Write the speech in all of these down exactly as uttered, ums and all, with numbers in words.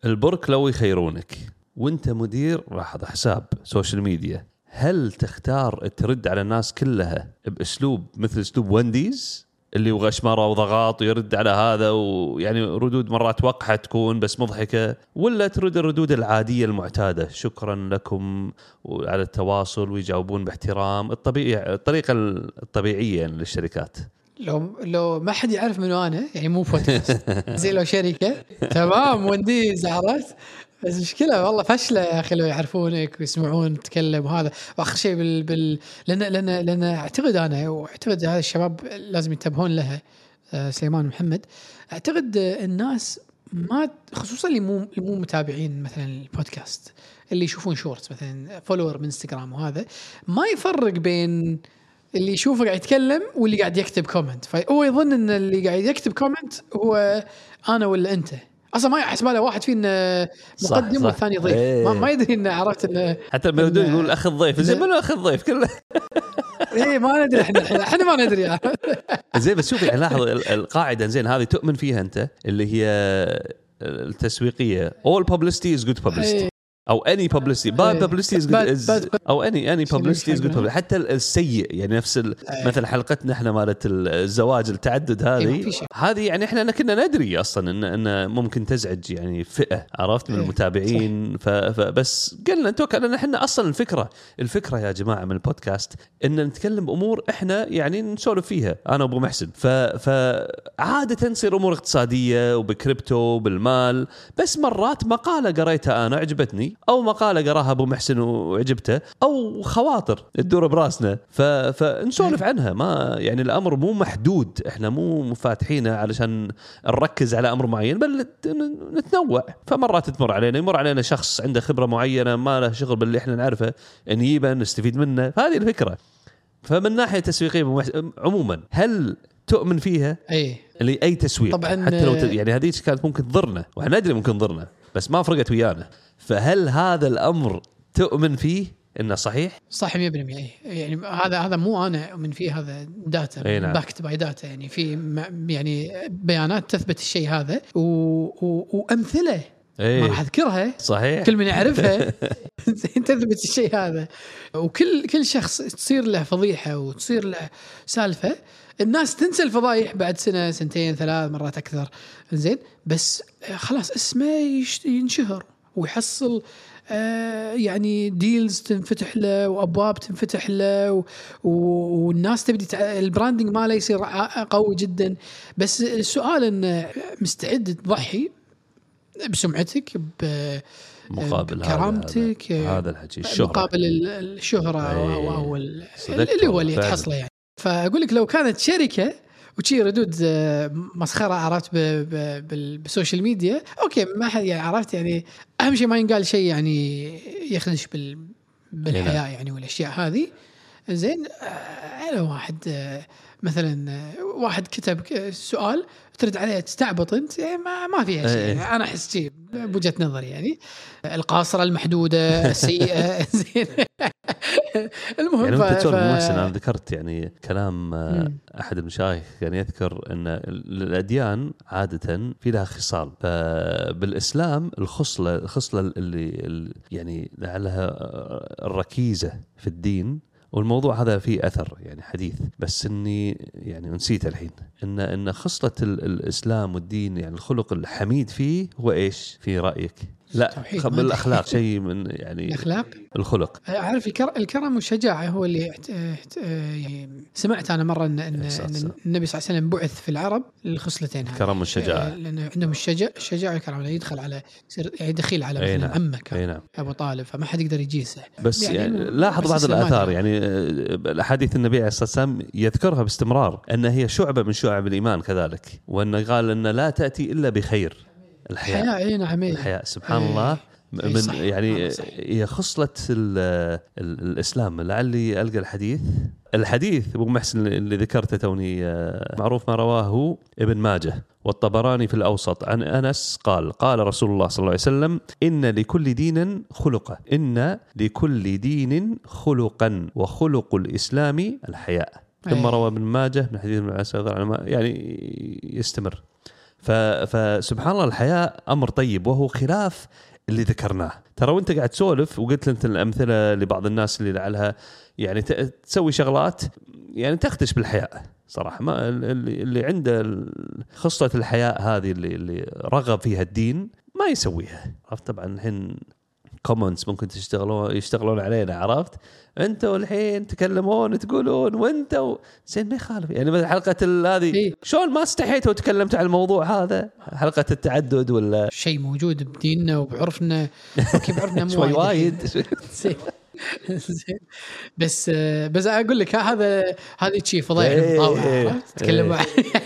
البرك لو يخيرونك وانت مدير لاحظ حساب سوشيال ميديا، هل تختار ترد على الناس كلها باسلوب مثل اسلوب ونديز اللي وغشمره وضغط ويرد على هذا، ويعني ردود مرات وقحه تكون بس مضحكه، ولا ترد الردود العاديه المعتاده شكرا لكم على التواصل ويجاوبون باحترام الطبيعي الطريقه الطبيعيه يعني للشركات؟ لو لو ما حد يعرف منو انا يعني مو بودكاست زي لو شركه تمام ونديز عرفت، بس مشكلة والله فشلة يا أخي لو يعرفونك ويسمعون تتكلم وهذا. وآخر شيء بال... بال... لأن لأن لأن أعتقد أنا وأعتقد هذا الشباب لازم ينتبهون لها، سليمان محمد، أعتقد الناس ما خصوصا اللي مو مو متابعين مثلا البودكاست اللي يشوفون شورتس مثلا فولور من انستغرام وهذا، ما يفرق بين اللي يشوفه قاعد يتكلم واللي قاعد يكتب كومنت، فهو يظن ان اللي قاعد يكتب كومنت هو انا ولا انت، اصلا ما يحسب له واحد فينا مقدم والثاني ضيف. ايه. ما, ما يدري انه عرفت انه حتى الموجود يقول اخ الضيف زي ما اخ الضيف كله ايه ما ندري احنا احنا ما ندري زين. بس شوفي لاحظ القاعده زين هذه تؤمن فيها انت اللي هي التسويقيه all publicity is good publicity ايه. او any publicity bad publicity is good is او any any publicity is good publicity. حتى السيء يعني نفس مثل حلقتنا احنا مالت الزواج التعدد هذه هذه يعني احنا كنا ندري اصلا ان ان ممكن تزعج يعني فئه عرفت من المتابعين، فبس قلنا نتوكل لان احنا اصلا الفكره الفكره يا جماعه من البودكاست ان نتكلم امور احنا يعني نسولف فيها انا وابو محسن، فعاده تصير امور اقتصاديه وبكريبتو وبالمال، بس مرات مقاله قريتها انا عجبتني أو مقالة قراها أبو محسن وعجبته أو خواطر تدور براسنا فنسولف عنها. ما يعني الأمر مو محدود، إحنا مو مفاتحينه علشان نركز على أمر معين بل نتنوع. فمرات تمر علينا يمر علينا شخص عنده خبرة معينة ما له شغل باللي إحنا نعرفه نجيبه نستفيد منه، هذه الفكرة. فمن ناحية تسويقية عموما هل تؤمن فيها أي اللي أي تسويق طبعاً حتى لو ت... يعني هذه كانت ممكن تضرنا وإحنا ندري ممكن تضرنا بس ما فرقت ويانا، فهل هذا الأمر تؤمن فيه إنه صحيح؟ صح مية بالمية. يعني هذا هذا مو أنا أؤمن فيه، هذا داتا باكت باي داتا، يعني في يعني بيانات تثبت الشيء هذا و... و... وأمثلة ايه. ما راح أذكرها صحيح كل من يعرفها تثبت الشيء هذا. وكل كل شخص تصير له فضيحة وتصير له سالفة، الناس تنسى الفضايح بعد سنة سنتين ثلاث مرات أكثر، زين بس خلاص اسمه ينشهر ويحصل آه يعني ديلز تنفتح له وأبواب تنفتح له و... والناس تبدي تع... البراندنج ماله يصير قوي جدا. بس السؤال إن مستعد تضحي بسمعتك ب مقابل كرامتك هذا الحكي الشهرة مقابل الشهرة أو, أو اللي هو اللي تحصله يعني. فأقول لك لو كانت شركة وشي ردود مسخرة عرفت بالسوشيال ميديا أوكي ما حد يعني عرفت، يعني أهم شيء ما ينقال شيء يعني يخدش بال بالحياة يعني والأشياء هذه. زين على واحد مثلا واحد كتب سؤال ترد عليه تستعبط انت يعني ما ما فيها شيء يعني. انا احس شيء بوجهة نظري يعني القاصرة المحدودة السيئة زين المهم يعني انت تقول محسن ف... انا ذكرت يعني كلام م. احد المشايخ كان يذكر ان الاديان عادة في لها خصال، فبالاسلام الخصلة الخصلة اللي يعني لعلها الركيزة في الدين، والموضوع هذا فيه أثر يعني حديث بس إني يعني نسيت الحين إن إن خصلة الإسلام والدين يعني الخلق الحميد فيه هو إيش في رأيك؟ لا خب الأخلاق شيء من يعني الأخلاق الخلق. عارف الكرم والشجاعة هو اللي يعني سمعت أنا مرة إن, إن النبي صلى الله عليه وسلم بعث في العرب الخصلتين الكرم والشجاعة، لأن عندهم الشجاعة الشجاعة والكرم يعني يدخل على يعني دخيل على مثلا نعم. عمه كان نعم. أبو طالب فما حد يقدر يجيسه. بس يعني, يعني لاحظ بعض الآثار يعني الأحاديث النبي عليه الصلاة والسلام يذكرها باستمرار أن هي شعبة من شعب الإيمان كذلك، وأنه قال أن لا تأتي إلا بخير الحياة. الحياة اي نعم الحياة سبحان أي الله من صح يعني هي خصلة الإسلام. لعلي ألقى الحديث الحديث أبو محسن اللي ذكرته توني معروف ما رواه ابن ماجه والطبراني في الأوسط عن أنس قال قال رسول الله صلى الله عليه وسلم إن لكل دين خلقة إن لكل دين خلقا وخلق الإسلام الحياء. ثم روى ابن ماجه من حديث ابن عباس يعني يستمر. فسبحان الله الحياة أمر طيب وهو خلاف اللي ذكرناه. ترى وانت قاعد تسولف وقلت انت الأمثلة لبعض الناس اللي لعلها يعني تسوي شغلات يعني تخدش بالحياة صراحة. ما اللي, اللي عنده خصلة الحياة هذه اللي, اللي رغب فيها الدين ما يسويها. عرفت طبعا الحين كومنتس ممكن تشتغلون يشتغلون علينا. عرفت انتوا الحين تكلمون تقولون وانت و... زين ما يخالف يعني. مثل حلقة هذه إيه؟ شلون ما استحيتوا وتكلمت عن الموضوع هذا حلقة التعدد ولا شيء موجود بديننا وبعرفنا كيف عرفنا شوي وايد بس بس اقول لك هذا هذه شيء فضائح المطاوعة تكلموا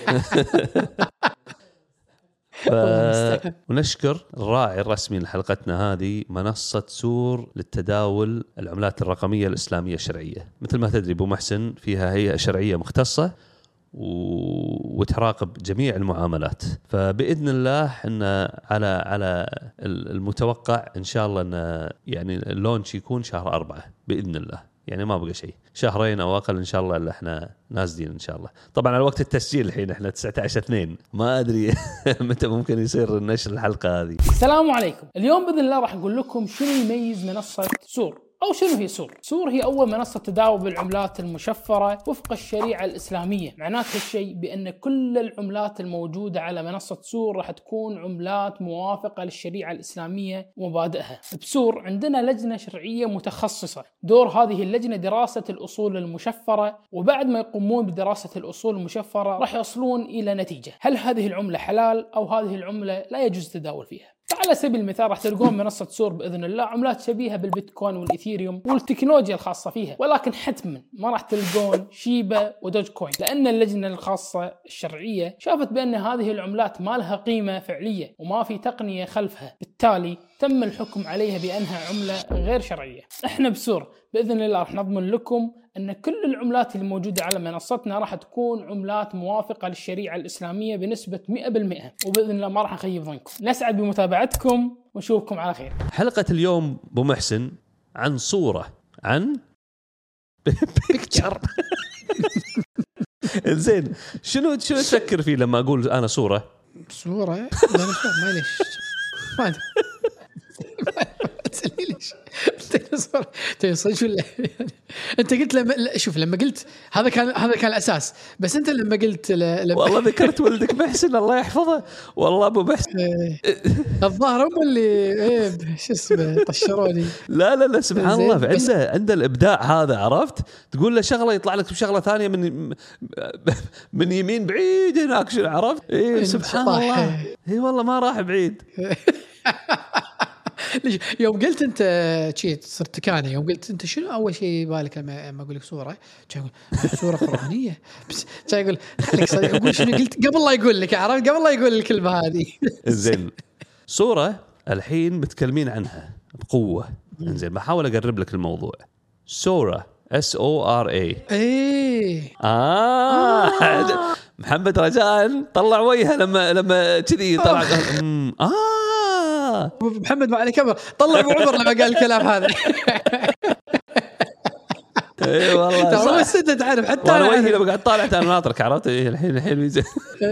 ونشكر الراعي الرسمي لحلقتنا هذه منصة سور للتداول العملات الرقمية الإسلامية الشرعية. مثل ما تدري أبو محسن فيها هيئة شرعية مختصة وتراقب جميع المعاملات. فبإذن الله إن على على المتوقع إن شاء الله إن يعني اللونش يكون شهر أربعة بإذن الله. يعني ما بقى شيء شهرين أو أقل إن شاء الله اللي إحنا نازلين إن شاء الله. طبعا على وقت التسجيل الحين إحنا تسعة عشر اثنين ما أدري متى ممكن يصير نشر الحلقة هذه. السلام عليكم. اليوم بإذن الله راح أقول لكم شنو يميز منصة سور أو شنو هي سور. سور هي أول منصة تداول بالعملات المشفرة وفق الشريعة الإسلامية. معناته الشيء بأن كل العملات الموجودة على منصة سور راح تكون عملات موافقة للشريعة الإسلامية ومبادئها. بسور عندنا لجنة شرعية متخصصة، دور هذه اللجنة دراسة الأصول المشفرة، وبعد ما يقومون بدراسة الأصول المشفرة راح يصلون إلى نتيجة هل هذه العملة حلال أو هذه العملة لا يجوز التداول فيها. على سبيل المثال راح تلقون منصة سور بإذن الله عملات شبيهة بالبيتكوين والإثيريوم والتكنولوجيا الخاصة فيها، ولكن حتما ما راح تلقون شيبا ودوج كوين، لأن اللجنة الخاصة الشرعية شافت بأن هذه العملات ما لها قيمة فعلية وما في تقنية خلفها، بالتالي تم الحكم عليها بأنها عملة غير شرعية. احنا بسور بإذن الله راح نضمن لكم أن كل العملات اللي موجودة على منصتنا راح تكون عملات موافقة للشريعة الإسلامية بنسبة مئة بالمئة، وبإذن الله ما راح نخيب ظنكم. نسعد بمتابعتكم ونشوفكم على خير. حلقة اليوم أبو محسن عن صورة عن بيكتشر. زين شنو شنو تفكر فيه لما أقول أنا صورة صورة لا نفهم ما ليش ما أدري ليش تيصير ولا انت قلت لما شوف لما قلت هذا كان هذا كان الاساس، بس انت لما قلت لما والله ذكرت ولدك محسن الله يحفظه. والله ابو محسن الظاهر هم اللي ايه شو اسمه طشروني. لا لا لا سبحان الله عنده عنده الابداع هذا. عرفت تقول له شغله يطلع لك بشغله ثانيه من من يمين بعيد هناك. شو عرفت ايه سبحان الله. اي والله ما راح بعيد. يوم قلت انت شيء صرت كاني يوم قلت انت شنو اول شيء بالك لما اقول لك صوره اقول صوره قرانيه بس يقول خليك صديق اقول شنو قلت قبل لا يقول لك. عرفت قبل لا يقول الكلمه هذه. زين صوره الحين متكلمين عنها بقوه. زين بحاول اقرب لك الموضوع. سوره اس او ار اي ايه اه محمد رجاء طلع وجهه لما لما كذي طلع اه محمد ما عليك كبر طلع ابو عمر لما قال الكلام هذا. اي والله ترى بس انت تعرف حتى انا وجهي لما قاعد طالع انا ناطرك. عرفت الحين الحين يجي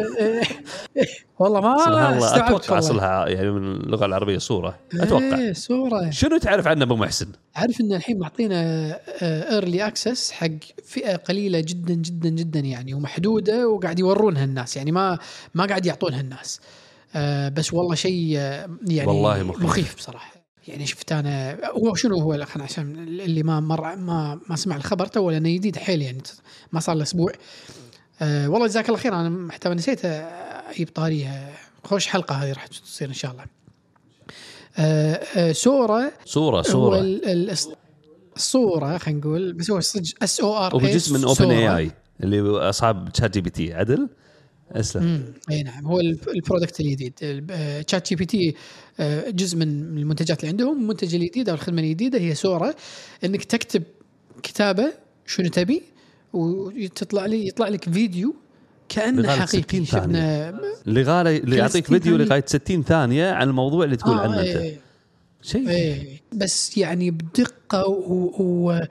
والله ما اتوقع اصلها يعني من اللغه العربيه صوره. اتوقع ايه صوره. شنو تعرف عنه ابو محسن؟ عارف ان الحين معطينا ايرلي اكسس حق فئه قليله جدا جدا جدا يعني ومحدوده وقاعد يورونها الناس يعني ما ما قاعد يعطونها الناس. آه بس والله شيء يعني والله مخيف. مخيف بصراحة. يعني شفت أنا هو شنو هو الأخ عشان اللي ما مر ما ما سمع الخبر تو ولا جديد حيل يعني ما صار له أسبوع. آه والله جزاك الله خير. أنا حتى نسيت أجيب طاريها. خوش حلقة هذه راح تصير إن شاء الله. آه آه صورة صورة صورة الصورة خلينا نقول بس هو صدق اس او ار وبجزء من اوبن اي اي اللي أصحاب شات جي بي تي. عدل اسلم. اي نعم هو البرودكت الجديد شات جي بي تي. جزء من المنتجات اللي عندهم. المنتج الجديد او الخدمه الجديده هي صوره انك تكتب كتابه شنو تبي وتطلع لي يطلع لك فيديو كانه حقيقي. شفنا لغايه اللي يعطيك فيديو لغايه ستين ثانيه عن الموضوع اللي تقول آه عنه انت ايه. شيء ايه بس يعني بدقه و, و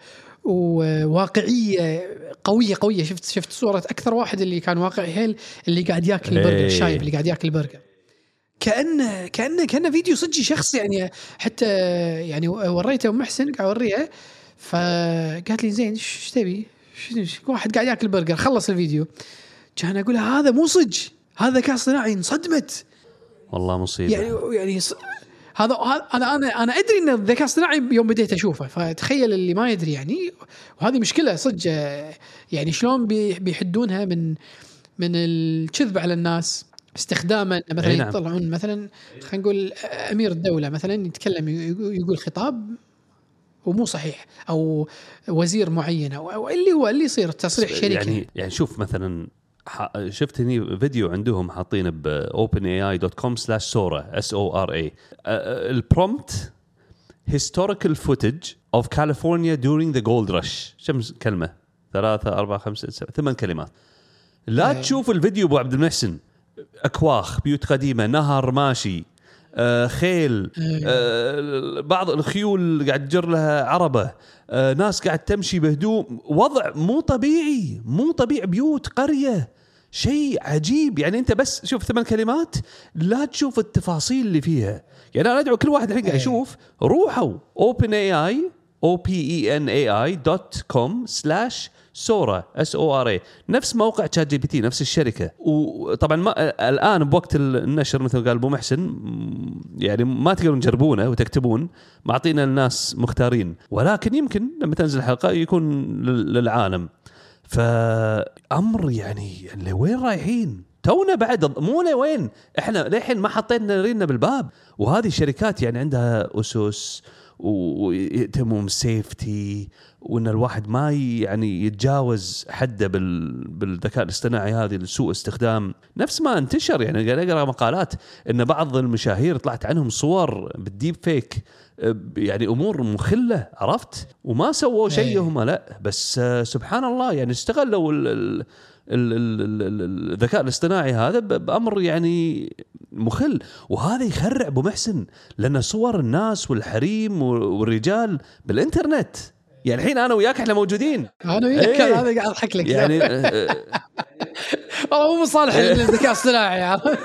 وواقعيه قويه قويه. شفت شفت صوره اكثر واحد اللي كان واقعي هيل اللي قاعد ياكل البرجر، الشايب اللي قاعد ياكل البرجر، كأنه كأنه كأنه فيديو صدقي شخص يعني. حتى يعني وريته أم محسن قاعد أوريها، فقالت لي زين ايش تبي؟ واحد قاعد ياكل برجر خلص الفيديو، كان أقول هذا مو صدق، هذا ذكاء اصطناعي. انصدمت والله مصيبة. يعني يعني ص... هذا انا انا انا ادري ان الذكاء الاصطناعي يوم بديت اشوفه، فتخيل اللي ما يدري يعني. وهذه مشكلة صدق يعني، شلون بيحدونها من من الكذب على الناس استخداما. مثلا نعم. يطلعون مثلا خلينا نقول امير الدوله مثلا يتكلم يقول خطاب ومو صحيح، او وزير معين، او اللي هو اللي يصير تصريح شركه. يعني يعني شوف مثلا شفت هني فيديو عندهم حاطينه ب اوبن اي اي دوت كوم سلاش سورا اس او ار اي. البرومبت historical footage of California during the gold rush. كم كلمه؟ ثلاثة أربعة خمسة سبعة ثمان كلمات. لا أيه. تشوف الفيديو ابو عبد المحسن أكواخ، بيوت قديمة، نهر ماشي، آه خيل، آه بعض الخيول قاعد تجر لها عربة، آه ناس قاعد تمشي بهدوء، وضع مو طبيعي مو طبيعي، بيوت قرية، شيء عجيب. يعني أنت بس شوف ثمان كلمات، لا تشوف التفاصيل اللي فيها. يعني أنا أدعو كل واحد الحين قاعد يشوف روحوا OpenAI O P E N A I dot com slash سورا اس او ار اي، نفس موقع تشات جي بي تي، نفس الشركه. وطبعا ما الان بوقت النشر مثل قال ابو محسن يعني ما تقدرون تجربونه وتكتبون، معطينا الناس مختارين، ولكن يمكن لما تنزل الحلقه يكون للعالم. فامر يعني, يعني لوين رايحين؟ تونا بعد مو لوين، احنا للحين ما حطينا رينا بالباب. وهذه الشركات يعني عندها اسس ويهتموا بالسيفتي، وان الواحد ما يعني يتجاوز حده بالذكاء الاصطناعي هذه لسوء استخدام. نفس ما انتشر يعني قاعد اقرا مقالات ان بعض المشاهير طلعت عنهم صور بالديب فيك، يعني امور مخله، عرفت؟ وما سووا شيء هم، لا بس سبحان الله يعني استغلوا الذكاء الاصطناعي هذا بأمر يعني مخل. وهذا يخرع ابو محسن، لأن صور الناس والحريم والرجال بالإنترنت. يعني الحين أنا وياك إحنا موجودين، أنا وياك ايه هذا قاعد أضحك لك يعني والله مو مصالح الذكاء الاصطناعي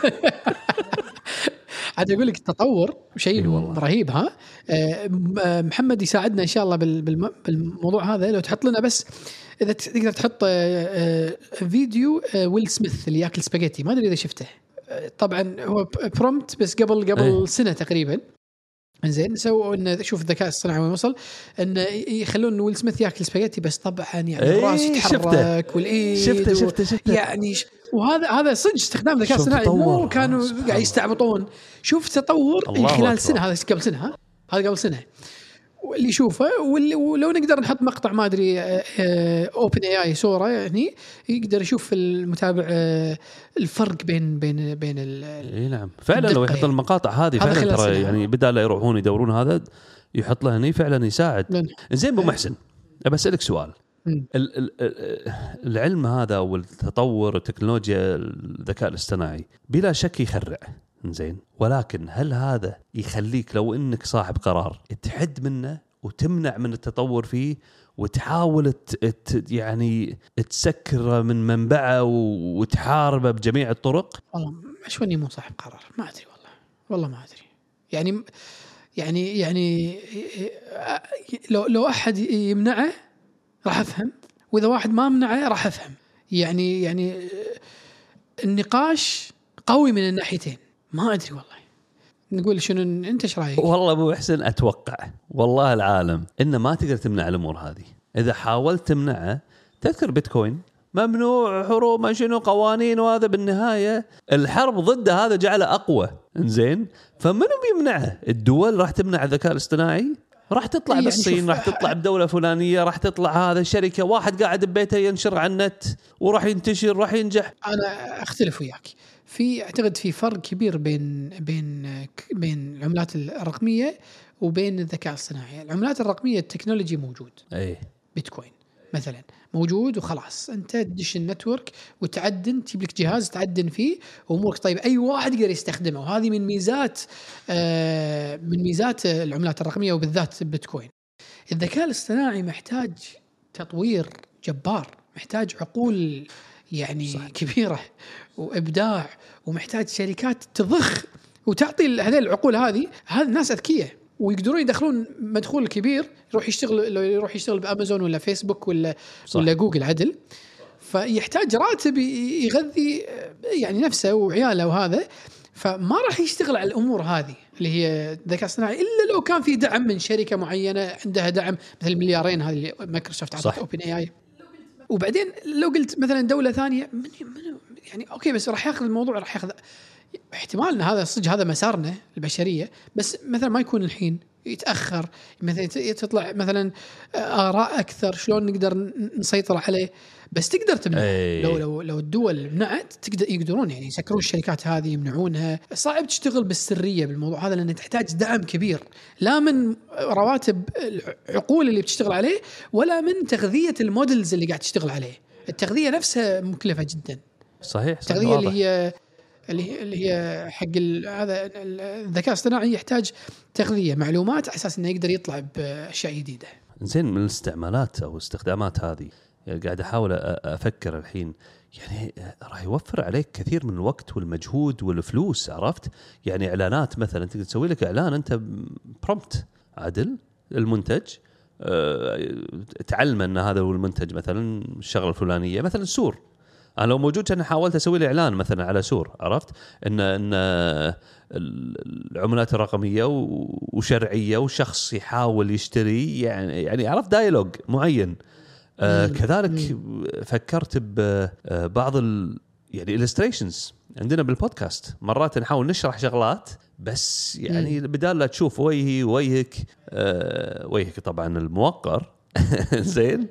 عاد أقول لك التطور شيء رهيب. ها محمد يساعدنا إن شاء الله بالموضوع هذا. لو تحط لنا بس إذا تقدر تحط فيديو ويل سميث اللي يأكل سباجيتي، ما أدري إذا شفته. طبعا هو برومبت بس قبل قبل أيه. سنة تقريبا. إنزين سووا إن شوف الذكاء الصناعي وين وصل، إن يخلون ويل سميث يأكل سباجيتي، بس طبعا يعني أيه الرأس يتحرك والإيد شفته شفته شفته يعني ش... وهذا هذا صدق استخدام الذكاء الصناعي، مو كانوا قاعد يستعبطون. شوف تطور خلال سنة، هذا قبل سنة، ها هذا قبل سنة واللي يشوفه. ولو نقدر نحط مقطع ما أدري أوبن إيه آي صورة يعني يقدر يشوف المتابع الفرق بين بين بين اي نعم فعلا. لو يحط المقاطع هذه فعلا ترى يعني بدال لا يروحون يدورون هذا يحط له هني فعلا يساعد. زين ابو محسن بسألك سؤال. العلم هذا والتطور التكنولوجيا الذكاء الاصطناعي بلا شك يخرع، زين، ولكن هل هذا يخليك لو انك صاحب قرار تحد منه وتمنع من التطور فيه وتحاول يعني تسكره من منبعه وتحاربه بجميع الطرق؟ والله شواني مو صاحب قرار، ما ادري والله والله ما ادري. يعني يعني يعني لو لو احد يمنعه راح افهم، واذا واحد ما منعه راح افهم. يعني يعني النقاش قوي من الناحيتين، ما ادري والله. نقول شنو انت ايش رايك؟ والله ابو حسن اتوقع والله العالم ان ما تقدر تمنع الامور هذه. اذا حاولت تمنعها، تذكر بيتكوين ممنوع، حروب، ما شنو قوانين، وهذا بالنهايه الحرب ضده هذا جعله اقوى. انزين فمنو بيمنعه؟ الدول راح تمنع الذكاء الاصطناعي؟ راح تطلع يعني بالصين، راح تطلع بدولة فلانية، راح تطلع هذا شركة واحد قاعد ببيته ينشر على النت وراح ينتشر، راح ينجح. أنا أختلف وياك. في أعتقد في فرق كبير بين بين بين العملات الرقمية وبين الذكاء الصناعي. العملات الرقمية التكنولوجي موجود، أي بيتكوين مثلا موجود وخلاص، أنت تدش النتورك وتعدن، تجيب لك جهاز تعدن فيه وأمورك طيب، أي واحد يقدر يستخدمه. وهذه من ميزات آه من ميزات العملات الرقمية وبالذات بيتكوين. الذكاء الاصطناعي محتاج تطوير جبار، محتاج عقول يعني صح. كبيرة وإبداع، ومحتاج شركات تضخ وتعطي هذه العقول هذه هذه الناس أذكياء ويقدرون يدخلون مدخول كبير يروح يشتغل لو يروح يشتغل بأمازون ولا فيسبوك ولا صح. ولا جوجل عدل، فيحتاج راتب يغذي يعني نفسه وعياله وهذا، فما راح يشتغل على الأمور هذه اللي هي الذكاء الصناعي إلا لو كان في دعم من شركة معينة عندها دعم مثل المليارين هذه اللي مايكروسوفت عطت أوبن إيه آي. وبعدين لو قلت مثلا دولة ثانية من من يعني أوكي بس راح يأخذ الموضوع راح يأخذ احتمال أن هذا صدق هذا مسارنا البشرية، بس مثلا ما يكون الحين يتأخر، مثلا تطلع مثلا آراء أكثر شلون نقدر نسيطر عليه، بس تقدر تمنع. لو لو لو الدول منعت تقدر يقدرون يعني يسكرون الشركات هذه يمنعونها. صعب تشتغل بالسرية بالموضوع هذا لأن تحتاج دعم كبير، لا من رواتب العقول اللي بتشتغل عليه ولا من تغذية المودلز اللي قاعد تشتغل عليه. التغذية نفسها مكلفة جدا. صحيح. التغذية اللي هي اللي اللي هي حق هذا الذكاء الاصطناعي يحتاج تغذية معلومات على أساس إنه يقدر يطلع بأشياء جديدة. زين من الاستعمالات أو استخدامات هذه يعني قاعد أحاول أفكر الحين، يعني راح يوفر عليك كثير من الوقت والمجهود والفلوس، عرفت؟ يعني إعلانات مثلا تقدر تسوي لك إعلان أنت برومبت عدل المنتج، أه تعلم أن هذا هو المنتج مثلا الشغلة الفلانية مثلا سور. أنا لو موجود أنا حاولت أسوي لي إعلان مثلا على سور، عرفت إن إن العملات الرقمية وشرعية وشخص يحاول يشتري يعني يعني عرفت دايلوج معين. آه كذلك فكرت ببعض ال يعني illustrations عندنا بالبودكاست، مرات نحاول نشرح شغلات بس يعني بدال لا تشوف وجهي وجهك آه وجهك طبعا الموقر زين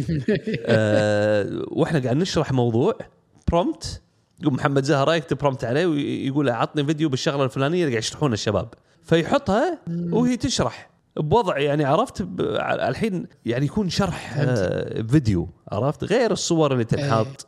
آه واحنا قاعد نشرح موضوع برومبت، يقول محمد زهرة يكتب برومبت عليه ويقول اعطني فيديو بالشغله الفلانيه اللي قاعد يشرحونها الشباب، فيحطها وهي تشرح بوضع يعني عرفت الحين يعني يكون شرح آه فيديو، عرفت غير الصور اللي تنحط.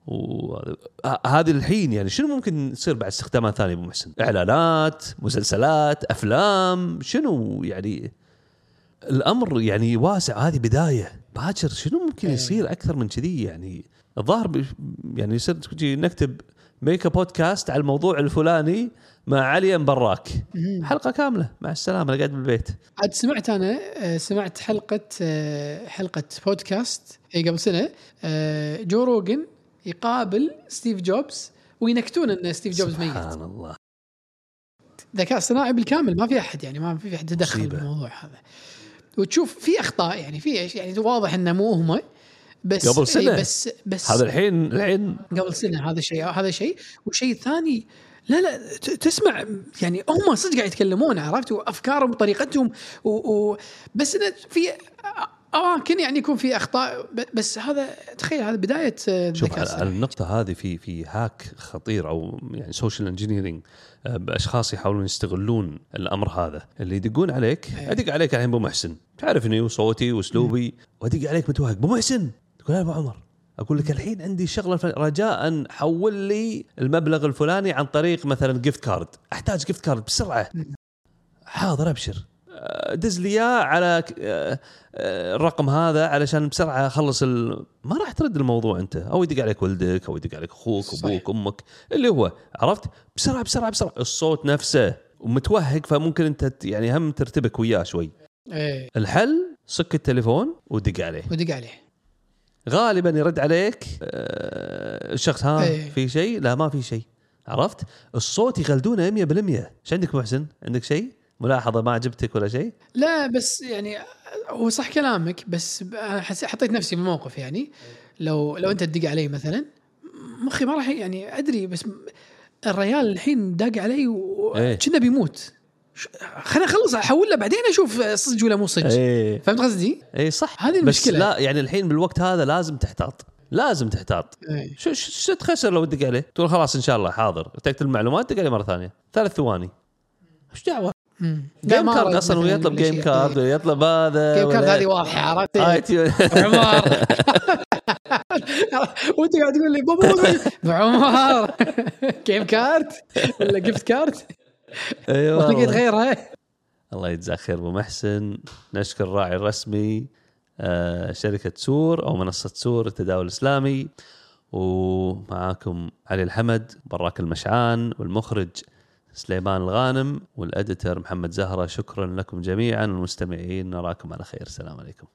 وهذه الحين يعني شنو ممكن يصير بعد استخدامات ثانيه ابو محسن؟ اعلانات، مسلسلات، افلام، شنو يعني الامر يعني واسع. هذه بدايه، باكر شنو ممكن يصير اكثر من كذي؟ يعني الظاهر يعني يصير نكتب ميك بودكاست على الموضوع الفلاني مع علي مبراك، حلقه كامله مع السلامه انا قاعد بالبيت. عاد سمعت انا سمعت حلقه حلقه بودكاست هي قبل سنه، جو روجن يقابل ستيف جوبز وينكتون ان ستيف جوبز ميت. سبحان الله، ذكاء صناعي بالكامل، ما في احد يعني ما في احد تدخل بالموضوع هذا، وتشوف في اخطاء يعني في يعني واضح انه مو هم بس قبل سنة. بس بس هذا الحين الحين قبل سنه هذا شيء هذا شيء وشيء ثاني لا لا تسمع يعني هم صدق قاعد يتكلمون، عرفت، وافكارهم وطريقتهم و... و... بس في اماكن يعني يكون في اخطاء، بس هذا تخيل هذا بدايه الذكاء الصناعي. النقطه هذه في في هاك خطير او يعني سوشيال انجينيرينج، باشخاص يحاولون يستغلون الامر هذا اللي يدقون عليك. ادق عليك الحين ابو محسن، تعرف اني وصوتي واسلوبي، وادق عليك متوهق ابو محسن، تقول يا ابو عمر اقول لك الحين عندي شغله رجاء حول لي المبلغ الفلاني عن طريق مثلا جيفت كارد، احتاج جيفت كارد بسرعه. حاضر ابشر، دز لي على الرقم هذا علشان بسرعه اخلص ال... ما راح ترد الموضوع انت، او يدق عليك ولدك او يدق عليك اخوك ابوك امك اللي هو عرفت بسرعه بسرعه بسرعه. الصوت نفسه ومتوهق، فممكن انت يعني هم ترتبك وياه شوي. ايه. الحل سك التليفون ودق عليه ودق عليه غالبا يرد عليك آه الشخص ها ايه. في شيء؟ لا ما في شيء، عرفت. الصوت يغلدونه مية بالمية. ايش عندك محسن؟ عندك شيء ملاحظه ما عجبتك ولا شيء؟ لا بس يعني هو صح كلامك، بس حطيت نفسي بموقف يعني لو لو انت تدق علي مثلا مخي ما راح يعني ادري، بس الريال الحين داق علي وكنا بيموت، خلينا نخلص احول له بعدين اشوف صدق ولا مو صدق. ايه. فهمت قصدي؟ اي صح، هذه المشكله. لا يعني الحين بالوقت هذا لازم تحتاط، لازم تحتاط. ايه. شو شو تخسر لو تدق عليه تقول خلاص ان شاء الله حاضر، تكتب المعلومات دق عليه مره ثانيه ثلاث ثواني، ايش دعوه؟ جيم كارد اصلا ويطلب جيم كارد ويطلب هذا جيم كارد هذه واضحه، عرفت عمر وانت قاعد تقول لي بابا عمر جيم كارد ولا جيفت كارد؟ ايوه لقيت غيرها. الله يجزاه خير ابو محسن، نشكر الراعي الرسمي شركة سور أو منصة سور التداول الإسلامي. ومعاكم علي الحمد، براك المشعان، والمخرج سليمان الغانم، والأديتر محمد زهرة. شكرا لكم جميعا المستمعين، نراكم على خير. السلام عليكم.